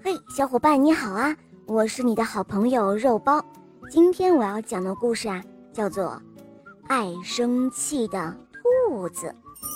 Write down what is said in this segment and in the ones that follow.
嘿，小伙伴你好啊，我是你的好朋友肉包。今天我要讲的故事啊，叫做《爱生气的兔子》。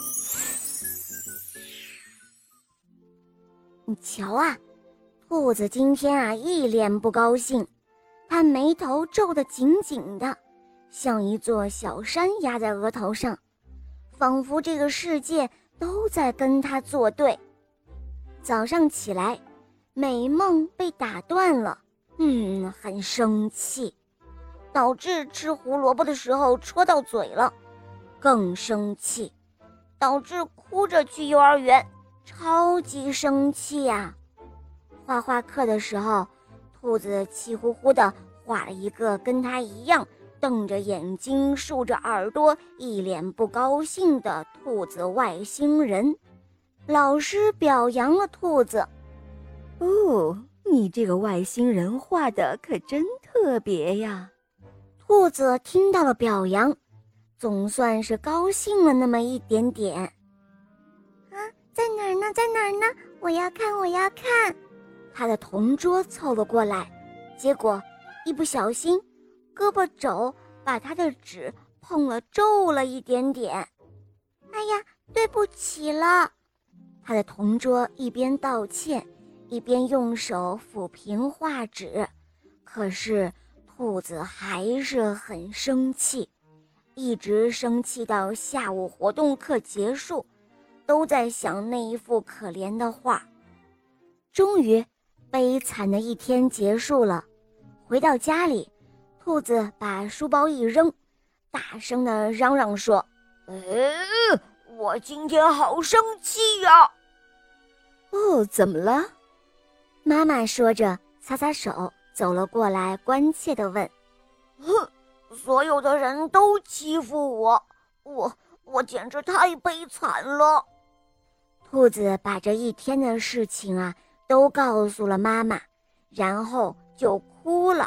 你瞧啊，兔子今天啊一脸不高兴，它眉头皱得紧紧的，像一座小山压在额头上，仿佛这个世界都在跟它作对。早上起来，美梦被打断了，很生气，导致吃胡萝卜的时候戳到嘴了，更生气，导致哭着去幼儿园，超级生气呀。画画课的时候，兔子气呼呼地画了一个跟它一样瞪着眼睛竖着耳朵一脸不高兴的兔子外星人。老师表扬了兔子， 哦，你这个外星人画的可真特别呀。 兔子听到了表扬，总算是高兴了那么一点点。在哪儿呢？在哪儿呢？我要看，我要看。他的同桌凑了过来，结果一不小心，胳膊肘把他的纸碰了皱了一点点。哎呀，对不起了。他的同桌一边道歉，一边用手抚平画纸，可是兔子还是很生气，一直生气到下午活动课结束，都在想那一幅可怜的画。终于，悲惨的一天结束了。回到家里，兔子把书包一扔，大声地嚷嚷说：我今天好生气呀！ 哦，怎么了？ 妈妈说着，擦擦手，走了过来，关切地问：所有的人都欺负我，我简直太悲惨了。兔子把这一天的事情啊都告诉了妈妈，然后就哭了。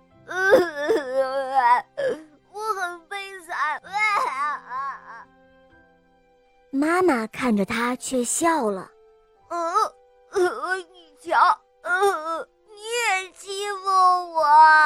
我很悲惨。妈妈看着他却笑了。你瞧，你也欺负我。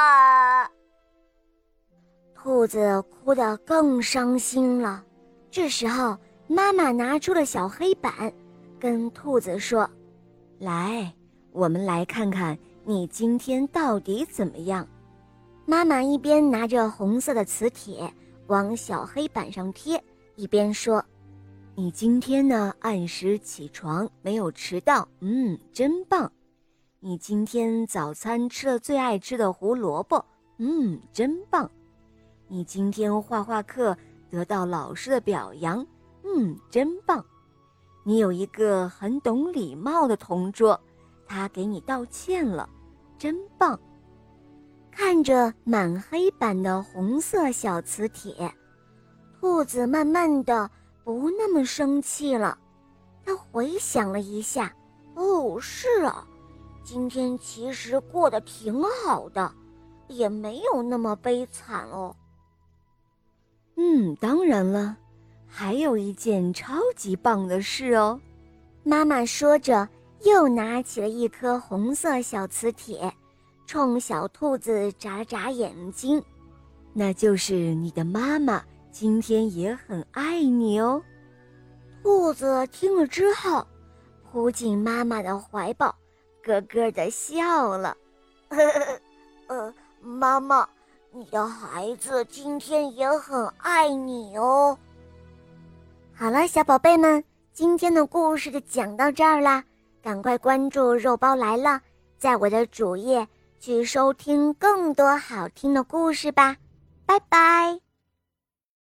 兔子哭得更伤心了。这时候，妈妈拿出了小黑板，跟兔子说： 来，我们来看看你今天到底怎么样。 妈妈一边拿着红色的磁铁往小黑板上贴，一边说： 你今天呢，按时起床，没有迟到，真棒。你今天早餐吃了最爱吃的胡萝卜，真棒。你今天画画课得到老师的表扬，真棒。你有一个很懂礼貌的同桌，他给你道歉了，真棒。 看着满黑板的红色小磁铁，兔子慢慢的不那么生气了。他回想了一下，是啊，今天其实过得挺好的，也没有那么悲惨哦。 当然了，还有一件超级棒的事哦。 妈妈说着，又拿起了一颗红色小磁铁，冲小兔子眨了眨眼睛。 那就是你的妈妈今天也很爱你哦。 兔子听了之后，扑进妈妈的怀抱，咯咯地笑了。妈妈，你的孩子今天也很爱你哦。好了，小宝贝们，今天的故事就讲到这儿啦，赶快关注肉包来了，在我的主页去收听更多好听的故事吧，拜拜。